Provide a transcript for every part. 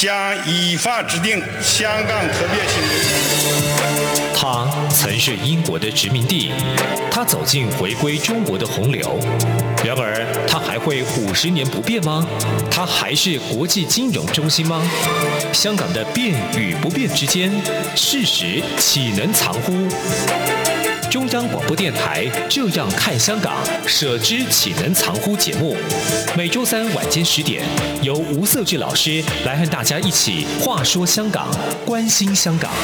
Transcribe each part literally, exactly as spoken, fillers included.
将依法制定香港特别行政区。 它曾是英国的殖民地，它走进回归中国的洪流。然而，它还会五十年不变吗？它还是国际金融中心吗？香港的变与不变之间，事实岂能藏乎？中央广播电台《这样看香港》，舍之岂能藏乎节目，每周三晚间十点，由吴色志老师来和大家一起话说香港，关心香港。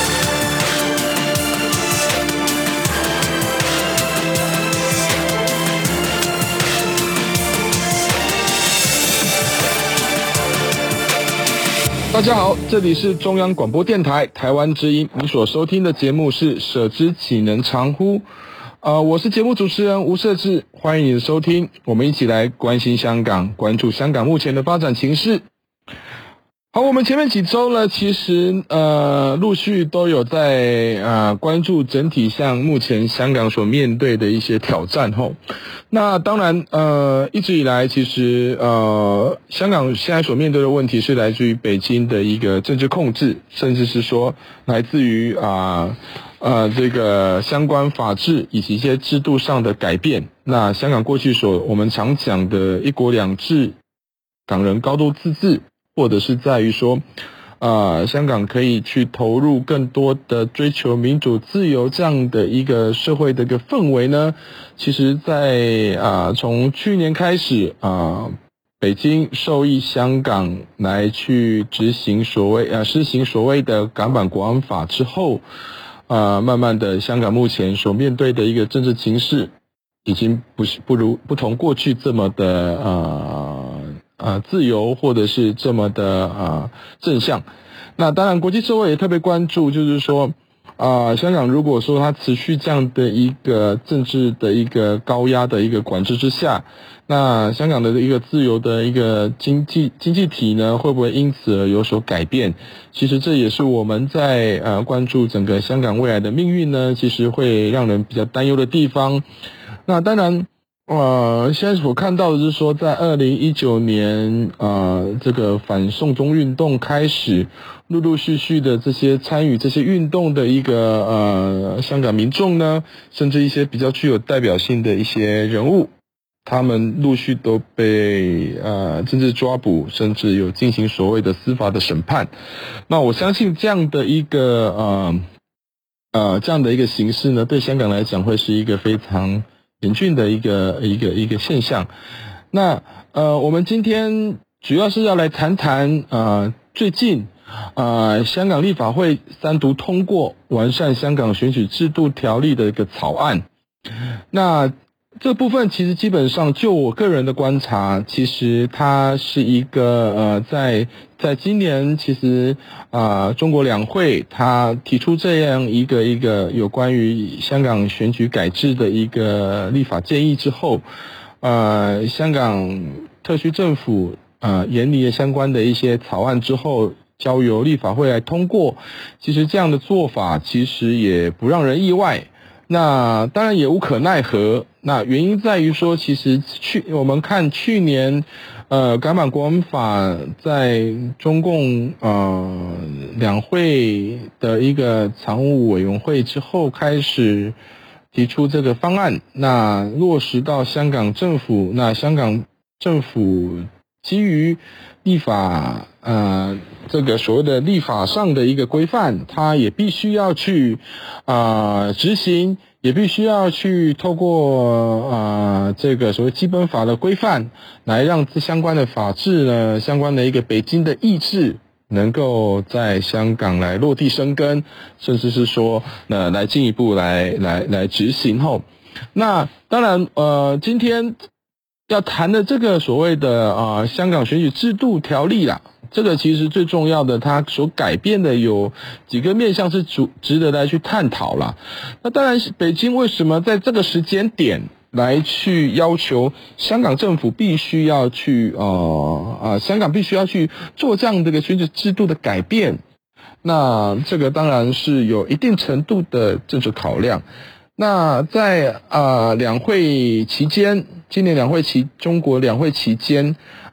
大家好，这里是中央广播电台台湾之音，你所收听的节目是舍之岂能藏乎。呃，我是节目主持人吴色志，欢迎你的收听，我们一起来关心香港，关注香港目前的发展情势。好，我们前面几周呢，其实呃陆续都有在呃关注整体像目前香港所面对的一些挑战吼。那当然呃一直以来其实呃香港现在所面对的问题是来自于北京的一个政治控制，甚至是说来自于啊 呃, 呃这个相关法制以及一些制度上的改变。那香港过去所我们常讲的一国两制，港人高度自治，或者是在于说呃香港可以去投入更多的追求民主自由这样的一个社会的一个氛围呢，其实在啊、呃、从去年开始啊、呃、北京授意香港来去执行所谓呃施行所谓的港版国安法之后，啊、呃、慢慢的香港目前所面对的一个政治情势已经不是不如不同过去这么的呃呃，自由或者是这么的呃正向。那当然，国际社会也特别关注，就是说，啊、呃，香港如果说它持续这样的一个政治的一个高压的一个管制之下，那香港的一个自由的一个经济经济体呢，会不会因此而有所改变？其实这也是我们在呃关注整个香港未来的命运呢，其实会让人比较担忧的地方。那当然。呃，现在所看到的是说，在二零一九年，呃，这个反送中运动开始，陆陆续续的这些参与这些运动的一个呃香港民众呢，甚至一些比较具有代表性的一些人物，他们陆续都被呃政治抓捕，甚至有进行所谓的司法的审判。那我相信这样的一个呃呃这样的一个形式呢，对香港来讲会是一个非常严峻的一个一个一个现象。那呃我们今天主要是要来谈谈呃最近呃香港立法会三读通过完善香港选举制度条例的一个草案。那这部分其实基本上就我个人的观察，其实它是一个呃在在今年其实啊、呃、中国两会它提出这样一个一个有关于香港选举改制的一个立法建议之后，呃香港特区政府呃研拟了相关的一些草案之后，交由立法会来通过。其实这样的做法其实也不让人意外。那当然也无可奈何。那原因在于说，其实去我们看去年，呃，港版国安法在中共呃两会的一个常务委员会之后开始提出这个方案，那落实到香港政府，那香港政府基于立法呃这个所谓的立法上的一个规范，它也必须要去啊、呃、执行，也必须要去透过啊、呃、这个所谓基本法的规范，来让这相关的法制呢，相关的一个北京的意志能够在香港来落地生根，甚至是说呃来进一步来来来执行后。那当然呃今天要谈的这个所谓的啊、呃、香港选举制度条例啦，这个其实最重要的，它所改变的有几个面向是值值得来去探讨啦。那当然，北京为什么在这个时间点来去要求香港政府必须要去呃呃香港必须要去做这样的一个选举制度的改变？那这个当然是有一定程度的政治考量。那在呃两会期间，今年两会期中国两会期间，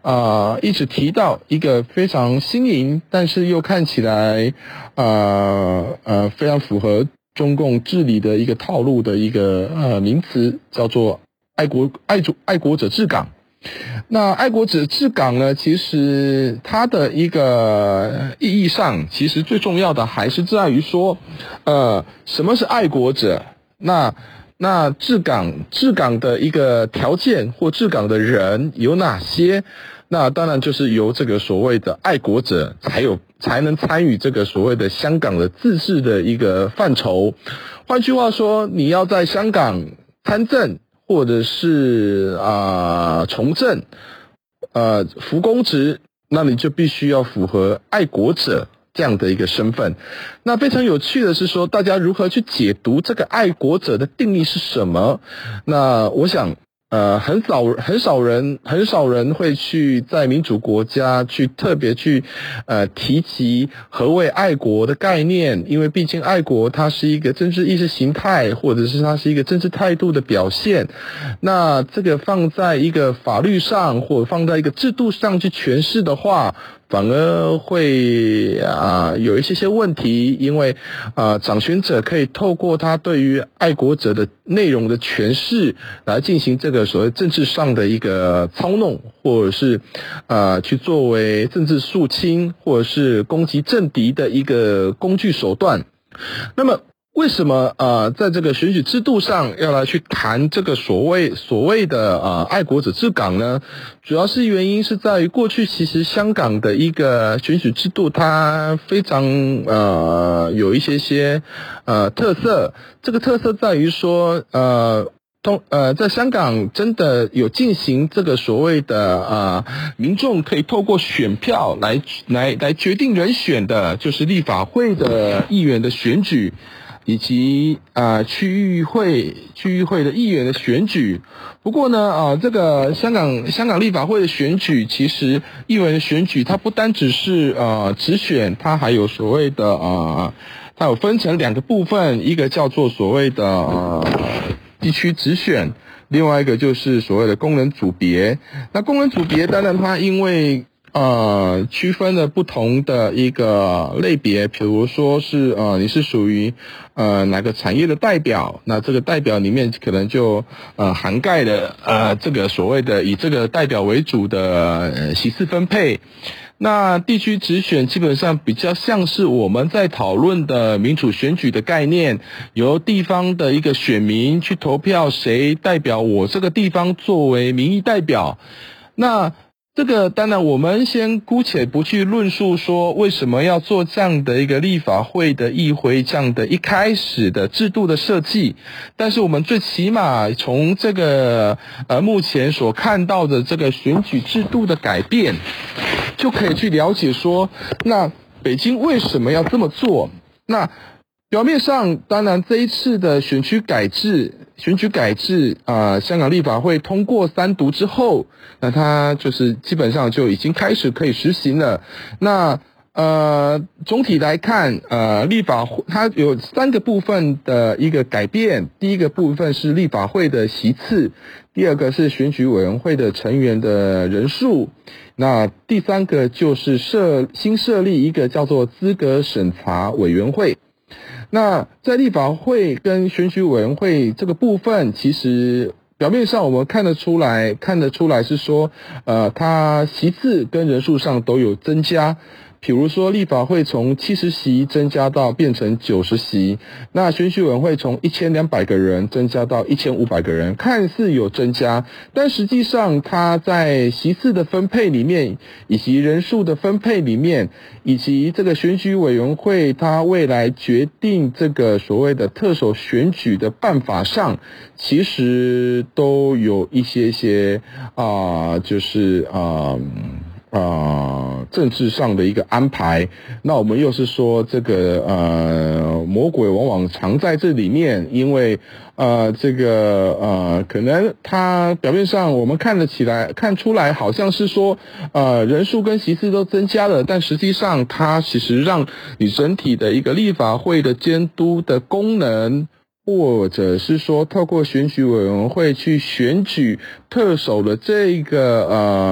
呃一直提到一个非常新颖，但是又看起来呃呃非常符合中共治理的一个套路的一个呃名词，叫做爱国爱主爱国者治港。那爱国者治港呢，其实它的一个意义上，其实最重要的还是在于说，呃，什么是爱国者？那那治港治港的一个条件或治港的人有哪些？那当然就是由这个所谓的爱国者才有才能参与这个所谓的香港的自治的一个范畴。换句话说，你要在香港参政，或者是啊、呃、从政，呃服公职，那你就必须要符合爱国者这样的一个身份。那非常有趣的是说，大家如何去解读这个爱国者的定义是什么？那我想呃，很少很少人很少人会去在民主国家去特别去呃提及何谓爱国的概念，因为毕竟爱国它是一个政治意识形态，或者是它是一个政治态度的表现。那这个放在一个法律上，或者放在一个制度上去诠释的话，反而会啊、呃、有一些些问题，因为啊、呃、掌权者可以透过他对于爱国者的内容的诠释来进行这个所谓政治上的一个操弄，或者是呃去作为政治肃清或者是攻击政敌的一个工具手段。那么为什么呃在这个选举制度上要来去谈这个所谓所谓的呃爱国者治港呢？主要是原因是在于过去其实香港的一个选举制度它非常呃有一些些呃特色，这个特色在于说呃通呃，在香港真的有进行这个所谓的呃，民众可以透过选票来来来决定人选的，就是立法会的议员的选举，以及呃区域会区域会的议员的选举。不过呢，啊、呃，这个香港香港立法会的选举，其实议员的选举，它不单只是呃直选，它还有所谓的呃，它有分成两个部分，一个叫做所谓的呃。地区直选，另外一个就是所谓的功能组别。那功能组别当然它因为呃区分了不同的一个类别，比如说是呃你是属于呃哪个产业的代表，那这个代表里面可能就呃涵盖了呃这个所谓的以这个代表为主的呃席次分配。那地区直选基本上比较像是我们在讨论的民主选举的概念，由地方的一个选民去投票谁代表我这个地方作为民意代表。那这个当然我们先姑且不去论述说为什么要做这样的一个立法会的议会这样的一开始的制度的设计，但是我们最起码从这个呃目前所看到的这个选举制度的改变，就可以去了解说，那北京为什么要这么做？那表面上，当然这一次的选区改制，选举改制啊、呃，香港立法会通过三读之后，那它就是基本上就已经开始可以实行了。那呃，总体来看，呃，立法会它有三个部分的一个改变。第一个部分是立法会的席次，第二个是选举委员会的成员的人数，那第三个就是设新设立一个叫做资格审查委员会。那在立法会跟选举委员会这个部分，其实表面上我们看得出来，看得出来是说，呃，它席次跟人数上都有增加。比如说立法会从七十席增加到变成九十席，那选举委员会从一千两百个人增加到一千五百个人，看似有增加，但实际上它在席次的分配里面，以及人数的分配里面，以及这个选举委员会它未来决定这个所谓的特首选举的办法上，其实都有一些些啊、呃，就是啊。呃呃，政治上的一个安排，那我们又是说这个呃，魔鬼往往藏在这里面，因为呃，这个呃，可能它表面上我们看得起来看出来好像是说呃人数跟席次都增加了，但实际上它其实让你整体的一个立法会的监督的功能，或者是说透过选举委员会去选举特首的这个呃。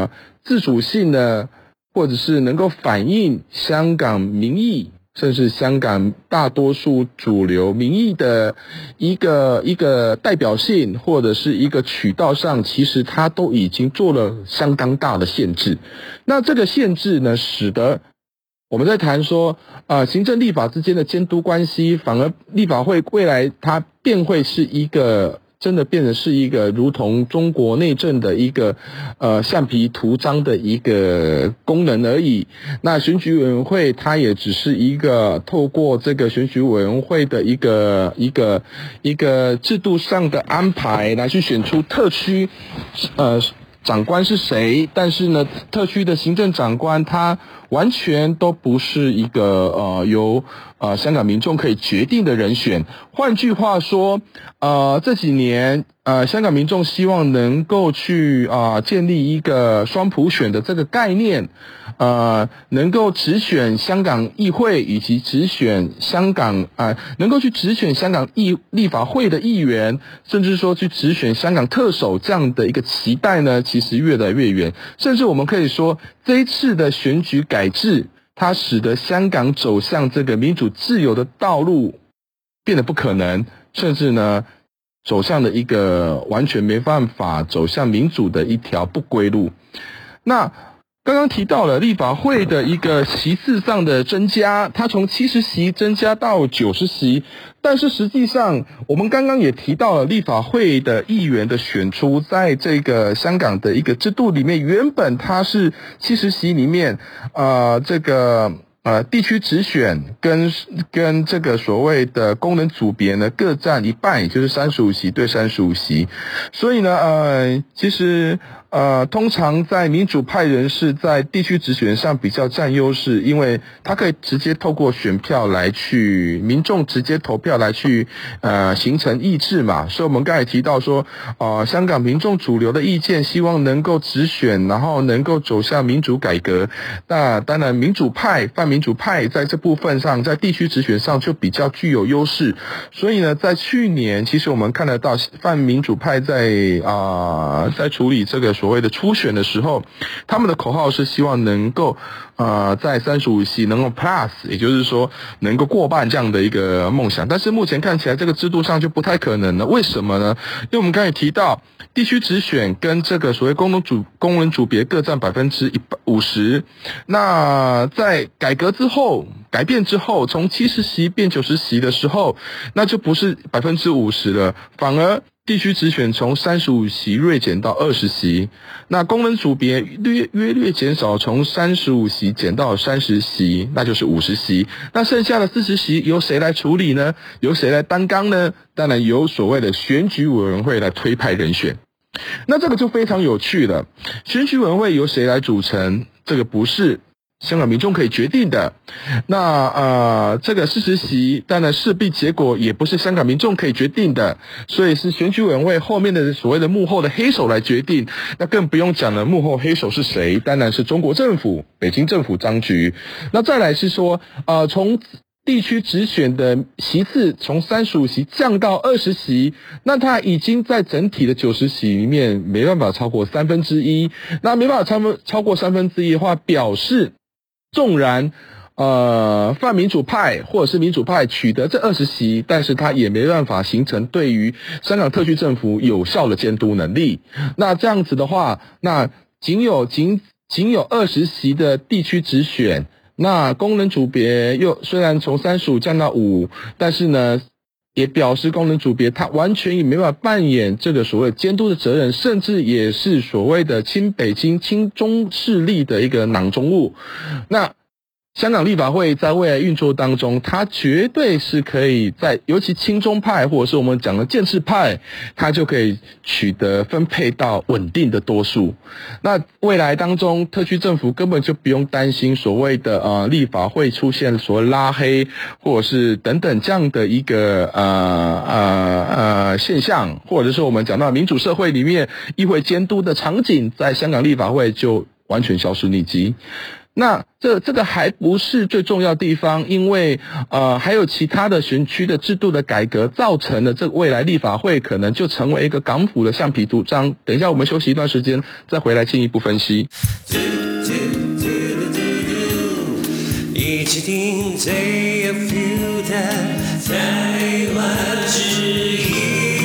自主性呢，或者是能够反映香港民意，甚至香港大多数主流民意的一个一个代表性，或者是一个渠道上，其实它都已经做了相当大的限制。那这个限制呢，使得我们在谈说，呃，行政立法之间的监督关系，反而立法会未来它便会是一个真的变成是一个如同中国内政的一个呃橡皮图章的一个功能而已。那选举委员会它也只是一个透过这个选举委员会的一个一个一个制度上的安排来去选出特区呃长官是谁，但是呢，特区的行政长官他完全都不是一个呃由呃香港民众可以决定的人选。换句话说，呃这几年呃香港民众希望能够去啊、呃、建立一个双普选的这个概念，呃能够直选香港议会以及直选香港啊、呃、能够去直选香港议立法会的议员，甚至说去直选香港特首这样的一个期待呢，其实越来越远。甚至我们可以说，这一次的选举改制，它使得香港走向这个民主自由的道路变得不可能，甚至呢走向了一个完全没办法走向民主的一条不归路。那刚刚提到了立法会的一个席次上的增加，它从七十席增加到九十席，但是实际上我们刚刚也提到了立法会的议员的选出，在这个香港的一个制度里面，原本它是七十席里面呃这个呃地区直选跟跟这个所谓的功能组别呢各占一半，也就是三十五席对三十五席。所以呢呃其实呃，通常在民主派人士在地区直选上比较占优势，因为他可以直接透过选票来去，民众直接投票来去，呃，形成意志嘛。所以我们刚才提到说，呃，香港民众主流的意见，希望能够直选，然后能够走向民主改革。那当然，民主派、泛民主派在这部分上，在地区直选上就比较具有优势。所以呢，在去年，其实我们看得到泛民主派在啊、呃，在处理这个所谓的初选的时候，他们的口号是希望能够呃在三十五席能够 plus， 也就是说能够过半这样的一个梦想。但是目前看起来这个制度上就不太可能了。为什么呢？因为我们刚才提到地区直选跟这个所谓功能组功能组别各占百分之五十，那在改革之后。改变之后，从七十席变九十席的时候，那就不是百分之五十了，反而地区直选从三十五席锐减到二十席，那功能组别略约略减少，从三十五席减到三十席，那就是五十席。那剩下的四十席由谁来处理呢？由谁来担纲呢？当然由所谓的选举委员会来推派人选。那这个就非常有趣了。选举委员会由谁来组成？这个不是香港民众可以决定的。那呃，这个四十席，当然势必结果也不是香港民众可以决定的，所以是选举委员会后面的所谓的幕后的黑手来决定。那更不用讲了，幕后黑手是谁？当然是中国政府、北京政府当局。那再来是说，呃，从地区直选的席次从三十五席降到二十席，那它已经在整体的九十席里面没办法超过三分之一。那没办法超分超过三分之一的话，表示纵然呃泛民主派或者是民主派取得这二十席，但是他也没办法形成对于香港特区政府有效的监督能力。那这样子的话，那仅有仅仅有二十席的地区直选，那功能组别又虽然从三十五降到五，但是呢也表示功能组别它完全也没办法扮演这个所谓监督的责任，甚至也是所谓的亲北京亲中势力的一个囊中物。那香港立法会在未来运作当中，它绝对是可以在尤其亲中派或者是我们讲的建制派，它就可以取得分配到稳定的多数。那未来当中，特区政府根本就不用担心所谓的呃立法会出现所谓拉黑或者是等等这样的一个呃呃呃现象，或者是我们讲到民主社会里面议会监督的场景，在香港立法会就完全消失匿迹。 那这这个还不是最重要的地方，因为呃还有其他的选区的制度的改革，造成了这个未来立法会可能就成为一个港府的橡皮图章。等一下我们休息一段时间，再回来进一步分析。一起听最有 feel 的台湾之音。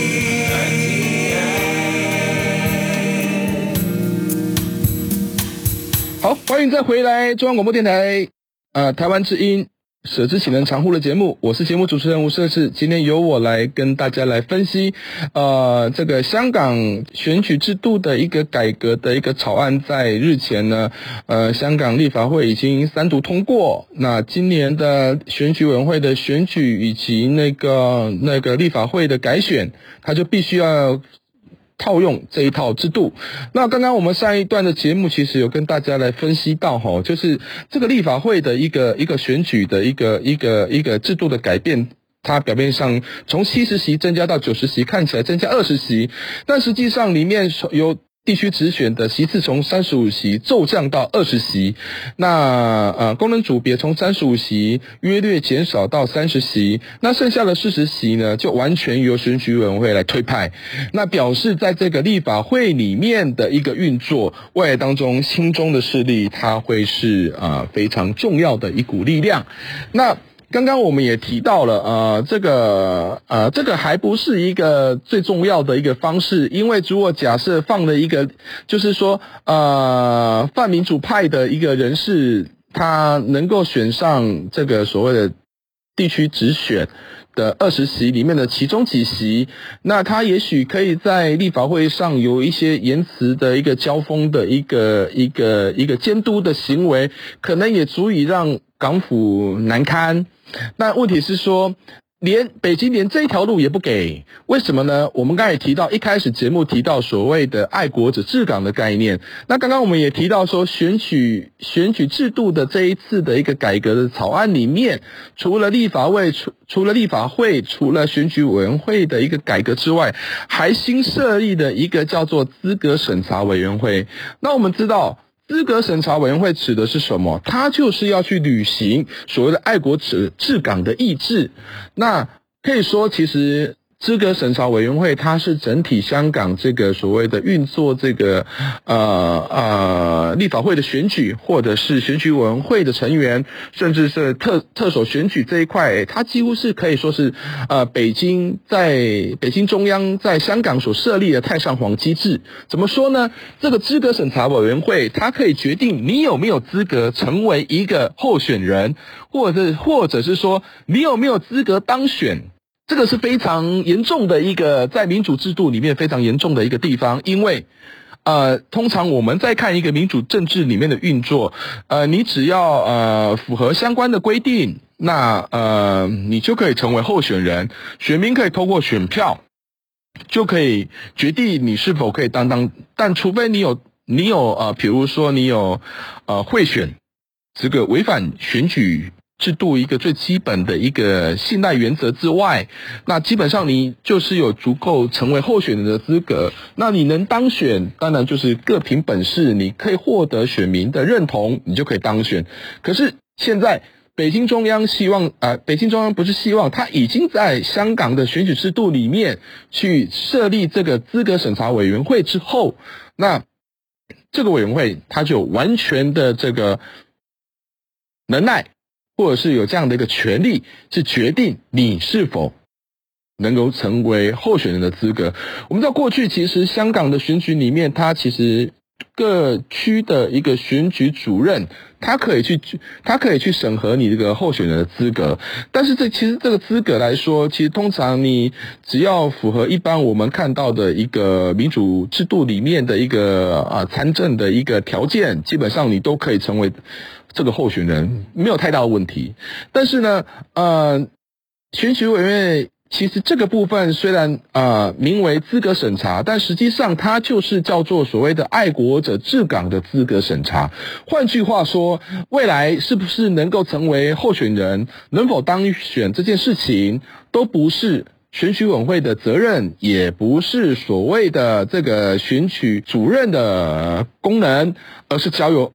好，欢迎再回来中央广播电台呃台湾之音舍之岂能常乎的节目，我是节目主持人吴社志。今天由我来跟大家来分析呃这个香港选举制度的一个改革的一个草案，在日前呢呃香港立法会已经三读通过，那今年的选举委员会的选举以及那个那个立法会的改选，它就必须要套用这一套制度。那刚刚我们上一段的节目其实有跟大家来分析到齁，就是这个立法会的一个一个选举的一个一个一个制度的改变，它表面上从七十席增加到九十席，看起来增加二十席，但实际上里面有地区直选的席次从三十五席骤降到二十席，那呃功能组别从三十五席约略减少到三十席，那剩下的四十席呢就完全由选举委员会来推派，那表示在这个立法会里面的一个运作，未来当中亲中的势力它会是呃非常重要的一股力量。那刚刚我们也提到了，呃，这个，呃，这个还不是一个最重要的一个方式，因为如果假设放了一个，就是说，呃，泛民主派的一个人士，他能够选上这个所谓的地区直选的二十席里面的其中几席，那他也许可以在立法会上有一些言辞的一个交锋的一个一个一个监督的行为，可能也足以让港府难堪。那问题是说，连北京连这一条路也不给，为什么呢？我们刚才也提到，一开始节目提到所谓的爱国者治港的概念。那刚刚我们也提到说，选举选举制度的这一次的一个改革的草案里面，除了立法会除除了立法会除了选举委员会的一个改革之外，还新设立的一个叫做资格审查委员会。那我们知道，资格审查委员会指的是什么？它就是要去履行所谓的爱国者治港的意志。那可以说，其实资格审查委员会它是整体香港这个所谓的运作这个呃呃立法会的选举，或者是选举委员会的成员，甚至是特特首选举这一块，它几乎是可以说是呃北京在北京中央在香港所设立的太上皇机制。怎么说呢？这个资格审查委员会它可以决定你有没有资格成为一个候选人，或者或者是说你有没有资格当选。这个是非常严重的一个在民主制度里面非常严重的一个地方，因为呃通常我们在看一个民主政治里面的运作，呃你只要呃符合相关的规定，那呃你就可以成为候选人，选民可以透过选票就可以决定你是否可以担当，但除非你有你有呃比如说你有呃贿选，这个违反选举制度一个最基本的一个信赖原则之外，那基本上你就是有足够成为候选人的资格。那你能当选，当然就是各凭本事，你可以获得选民的认同，你就可以当选。可是现在北京中央希望呃，北京中央不是希望，他已经在香港的选举制度里面去设立这个资格审查委员会之后，那这个委员会它就有完全的这个能耐，或者是有这样的一个权利，是决定你是否能够成为候选人的资格。我们知道过去其实香港的选举里面，它其实各区的一个选举主任，他可以去他可以去审核你这个候选人的资格，但是这其实这个资格来说，其实通常你只要符合一般我们看到的一个民主制度里面的一个啊参政的一个条件，基本上你都可以成为这个候选人，没有太大的问题。但是呢，呃，选举委员会其实这个部分虽然呃名为资格审查，但实际上它就是叫做所谓的爱国者治港的资格审查。换句话说，未来是不是能够成为候选人，能否当选这件事情，都不是选举委员会的责任，也不是所谓的这个选举主任的功能，而是交由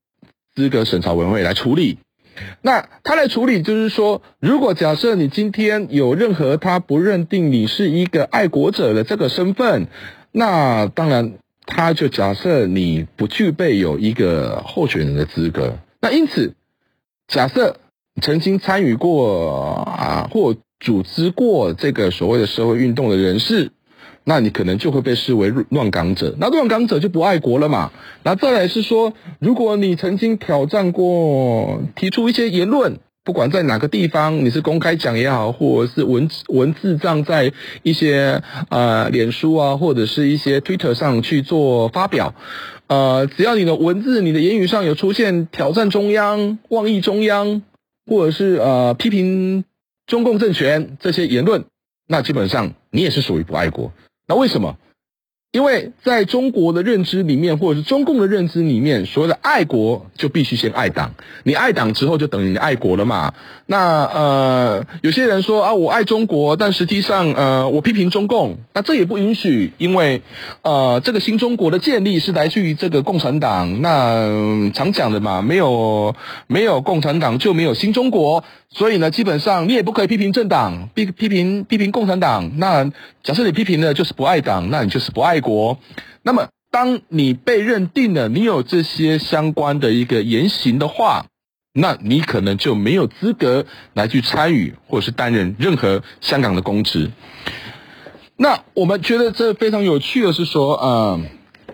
资格审查委员会来处理。那他来处理就是说，如果假设你今天有任何他不认定你是一个爱国者的这个身份，那当然他就假设你不具备有一个候选人的资格。那因此假设曾经参与过啊或组织过这个所谓的社会运动的人士，那你可能就会被视为乱港者，那乱港者就不爱国了嘛。那再来是说，如果你曾经挑战过提出一些言论，不管在哪个地方，你是公开讲也好，或者是文文字上在一些呃脸书啊或者是一些 Twitter 上去做发表，呃只要你的文字你的言语上有出现挑战中央、妄议中央，或者是呃批评中共政权这些言论，那基本上你也是属于不爱国。那为什么？因为在中国的认知里面，或者是中共的认知里面，所谓的爱国就必须先爱党，你爱党之后就等于你爱国了嘛。那呃，有些人说啊，我爱中国，但实际上呃，我批评中共，那这也不允许，因为呃，这个新中国的建立是来自于这个共产党。那、呃、常讲的嘛，没有没有共产党就没有新中国，所以呢，基本上你也不可以批评政党，批批评批评共产党。那假设你批评的就是不爱党，那你就是不爱国。那么当你被认定了你有这些相关的一个言行的话，那你可能就没有资格来去参与或者是担任任何香港的公职。那我们觉得这非常有趣的是说，呃，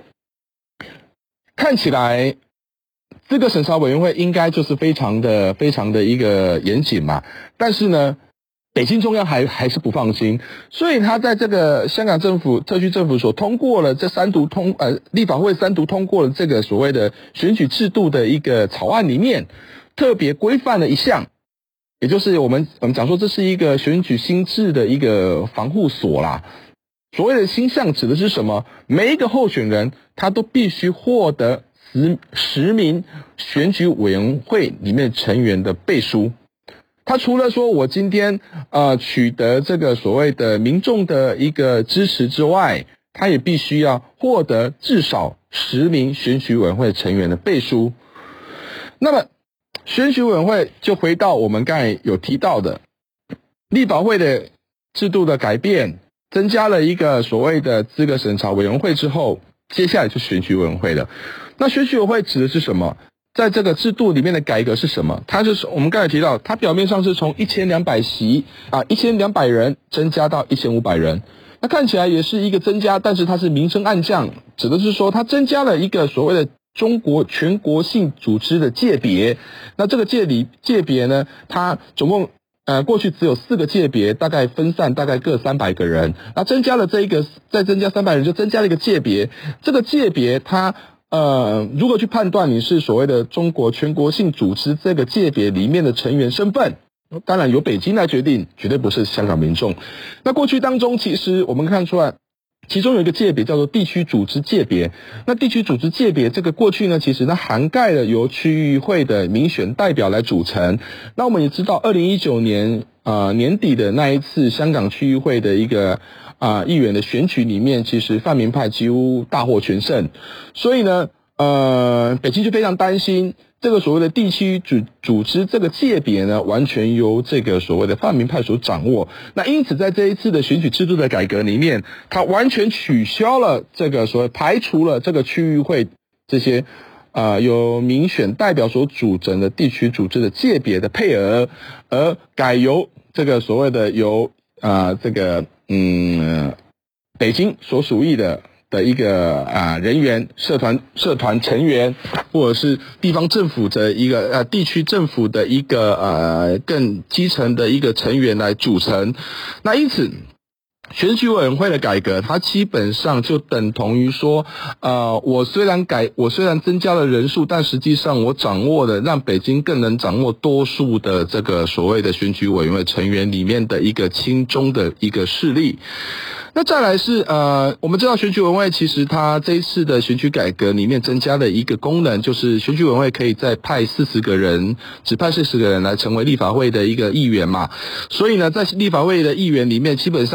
看起来资格审查委员会应该就是非常的非常的一个严谨嘛，但是呢北京中央还还是不放心，所以他在这个香港政府特区政府所通过了这三读通呃立法会三读通过了这个所谓的选举制度的一个草案里面，特别规范了一项，也就是我们我们讲说这是一个选举新制的一个防护锁啦。所谓的新项指的是什么？每一个候选人他都必须获得十十名选举委员会里面成员的背书。他除了说我今天呃取得这个所谓的民众的一个支持之外，他也必须要获得至少十名选举委员会成员的背书。那么选举委员会就回到我们刚才有提到的立法会的制度的改变，增加了一个所谓的资格审查委员会之后，接下来就选举委员会了。那选举委员会指的是什么？在这个制度里面的改革是什么？它就是我们刚才提到，它表面上是从一千两百席啊一千两百人增加到一千五百人，那看起来也是一个增加，但是它是明升暗降，指的是说它增加了一个所谓的中国全国性组织的界别。那这个界里界别呢，它总共呃过去只有四个界别，大概分散大概各三百个人，那增加了这一个再增加三百人，就增加了一个界别。这个界别它呃，如何去判断你是所谓的中国全国性组织这个界别里面的成员身份？当然由北京来决定，绝对不是香港民众。那过去当中，其实我们看出来，其中有一个界别叫做地区组织界别。那地区组织界别这个过去呢，其实它涵盖了由区域会的民选代表来组成。那我们也知道，二零一九年呃年底的那一次香港区域会的一个啊、呃，议员的选举里面，其实泛民派几乎大获全胜，所以呢，呃，北京就非常担心这个所谓的地区组组织这个界别呢，完全由这个所谓的泛民派所掌握。那因此，在这一次的选举制度的改革里面，它完全取消了这个所谓排除了这个区域会这些啊、呃、由民选代表所组成的地区组织的界别的配额，而改由这个所谓的由啊、呃、这个。嗯，北京所属意的的一个啊、呃、人员、社团、社团成员，或者是地方政府的一个呃地区政府的一个呃更基层的一个成员来组成。那因此，选举委员会的改革，它基本上就等同于说，呃，我虽然改，我虽然增加了人数，但实际上我掌握的让北京更能掌握多数的这个所谓的选举委员会成员里面的一个亲中的一个势力。那再来是呃，我们知道选举委员会其实它这一次的选举改革里面增加了一个功能，就是选举委员会可以再派四十个人，只派四十个人来成为立法会的一个议员嘛。所以呢，在立法会的议员里面，基本上亲中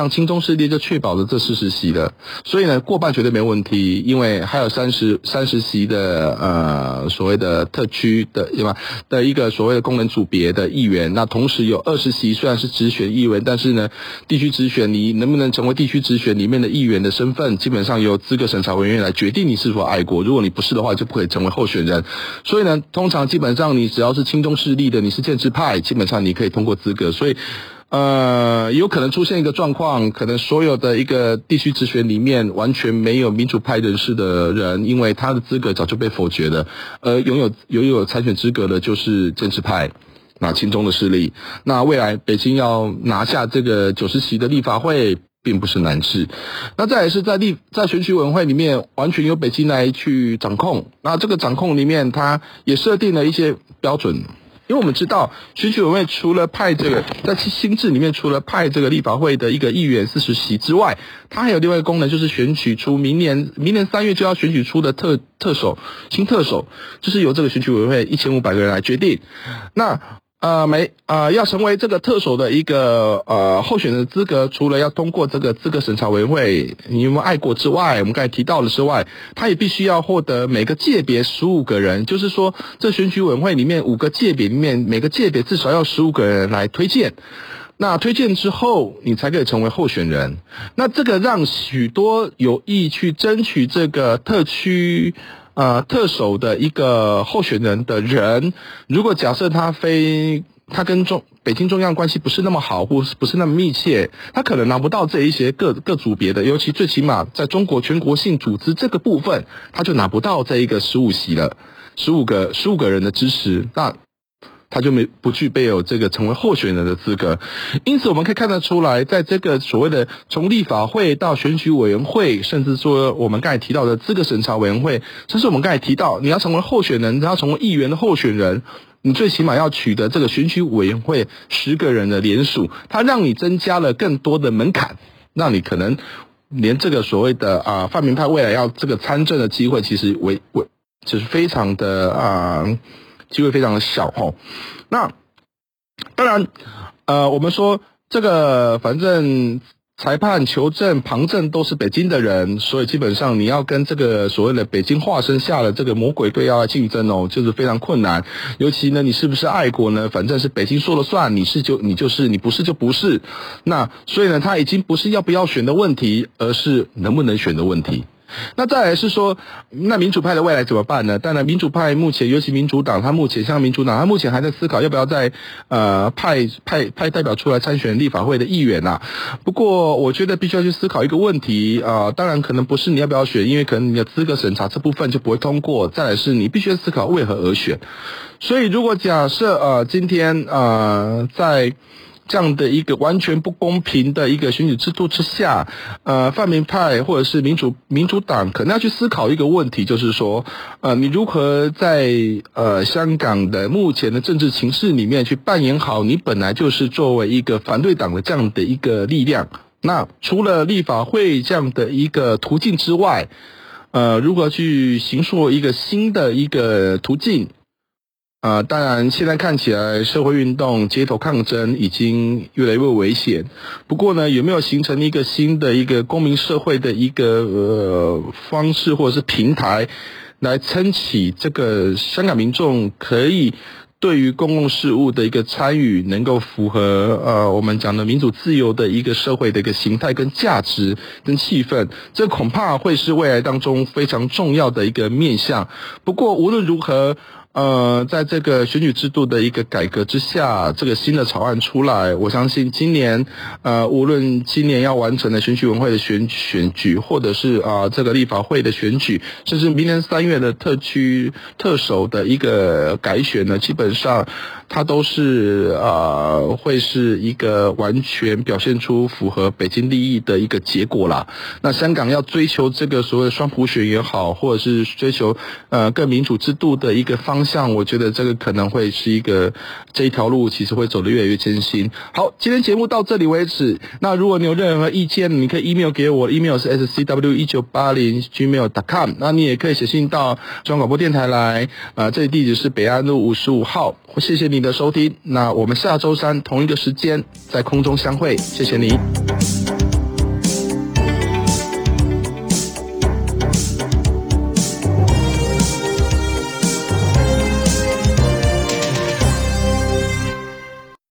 势力就确保了这四十席了，所以呢过半绝对没问题，因为还有三十三十席的呃所谓的特区的对吧的一个所谓的功能组别的议员，那同时有二十席虽然是直选议员，但是呢地区直选你能不能成为地区直选里面的议员的身份，基本上由资格审查委员会来决定你是否爱国，如果你不是的话就不可以成为候选人。所以呢通常基本上你只要是亲中势力的，你是建制派，基本上你可以通过资格。所以呃，有可能出现一个状况，可能所有的一个地区直选里面完全没有民主派人士的人，因为他的资格早就被否决了，而拥有拥有参选资格的就是建制派，那亲中的势力。那未来北京要拿下这个九十席的立法会并不是难事。那再来是在立在选举委员会里面完全由北京来去掌控，那这个掌控里面它也设定了一些标准。因为我们知道选举委员会除了派这个在新制里面除了派这个立法会的一个议员四十席之外，它还有另外一个功能，就是选举出明年明年三月就要选举出的特特首新特首，就是由这个选举委员会一千五百个人来决定。那呃，没呃，要成为这个特首的一个呃候选人的资格，除了要通过这个资格审查委员会你有没有爱国之外，我们刚才提到的之外，他也必须要获得每个界别十五个人，就是说这选举委员会里面五个界别里面，每个界别至少要十五个人来推荐。那推荐之后，你才可以成为候选人。那这个让许多有意去争取这个特区呃，特首的一个候选人的人，如果假设他非他跟中北京中央关系不是那么好，或是不是那么密切，他可能拿不到这一些各各组别的，尤其最起码在中国全国性组织这个部分，他就拿不到这一个十五席了，十五个十五个人的支持，那他就没不具备有这个成为候选人的资格。因此我们可以看得出来，在这个所谓的从立法会到选举委员会，甚至说我们刚才提到的资格审查委员会，甚至我们刚才提到你要成为候选人，你要成为议员的候选人，你最起码要取得这个选举委员会十个人的联署，它让你增加了更多的门槛，让你可能连这个所谓的啊泛民派未来要这个参政的机会，其实为为就是非常的啊机会非常的小齁。那当然呃我们说这个反正裁判、求证、旁证都是北京的人，所以基本上你要跟这个所谓的北京化身下的这个魔鬼队要来竞争哦，就是非常困难。尤其呢，你是不是爱国呢？反正是北京说了算，你是就你就是，你不是就不是。那所以呢，他已经不是要不要选的问题，而是能不能选的问题。那再来是说，那民主派的未来怎么办呢？当然，民主派目前，尤其民主党，他目前像民主党，他目前还在思考要不要再呃派派派代表出来参选立法会的议员啊。不过，我觉得必须要去思考一个问题啊、呃，当然可能不是你要不要选，因为可能你的资格审查这部分就不会通过。再来是你必须要思考为何而选。所以，如果假设呃今天呃在这样的一个完全不公平的一个选举制度之下，呃，泛民派或者是民主民主党可能要去思考一个问题，就是说，呃，你如何在呃香港的目前的政治情势里面去扮演好你本来就是作为一个反对党的这样的一个力量。那除了立法会这样的一个途径之外，呃，如何去形塑一个新的一个途径？呃，当然现在看起来社会运动、街头抗争已经越来越危险。不过呢，有没有形成一个新的一个公民社会的一个呃方式或者是平台，来撑起这个香港民众可以对于公共事务的一个参与，能够符合呃我们讲的民主自由的一个社会的一个形态跟价值跟气氛，这恐怕会是未来当中非常重要的一个面向。不过无论如何，呃，在这个选举制度的一个改革之下，这个新的草案出来，我相信今年，呃，无论今年要完成的选举委员会的选选举，或者是啊、呃、这个立法会的选举，甚至明年三月的特区特首的一个改选呢，基本上它都是啊、呃、会是一个完全表现出符合北京利益的一个结果啦。那香港要追求这个所谓的双普选也好，或者是追求呃更民主制度的一个方向，我觉得这个可能会是一个这一条路其实会走得越来越艰辛。好，今天节目到这里为止。那如果你有任何意见，你可以 email 给我 ，email 是 s c w 一九八零 gmail dot com。那你也可以写信到中央广播电台来，呃，这里地址是北安路五十五号。谢谢你的收听，那我们下周三同一个时间在空中相会，谢谢你。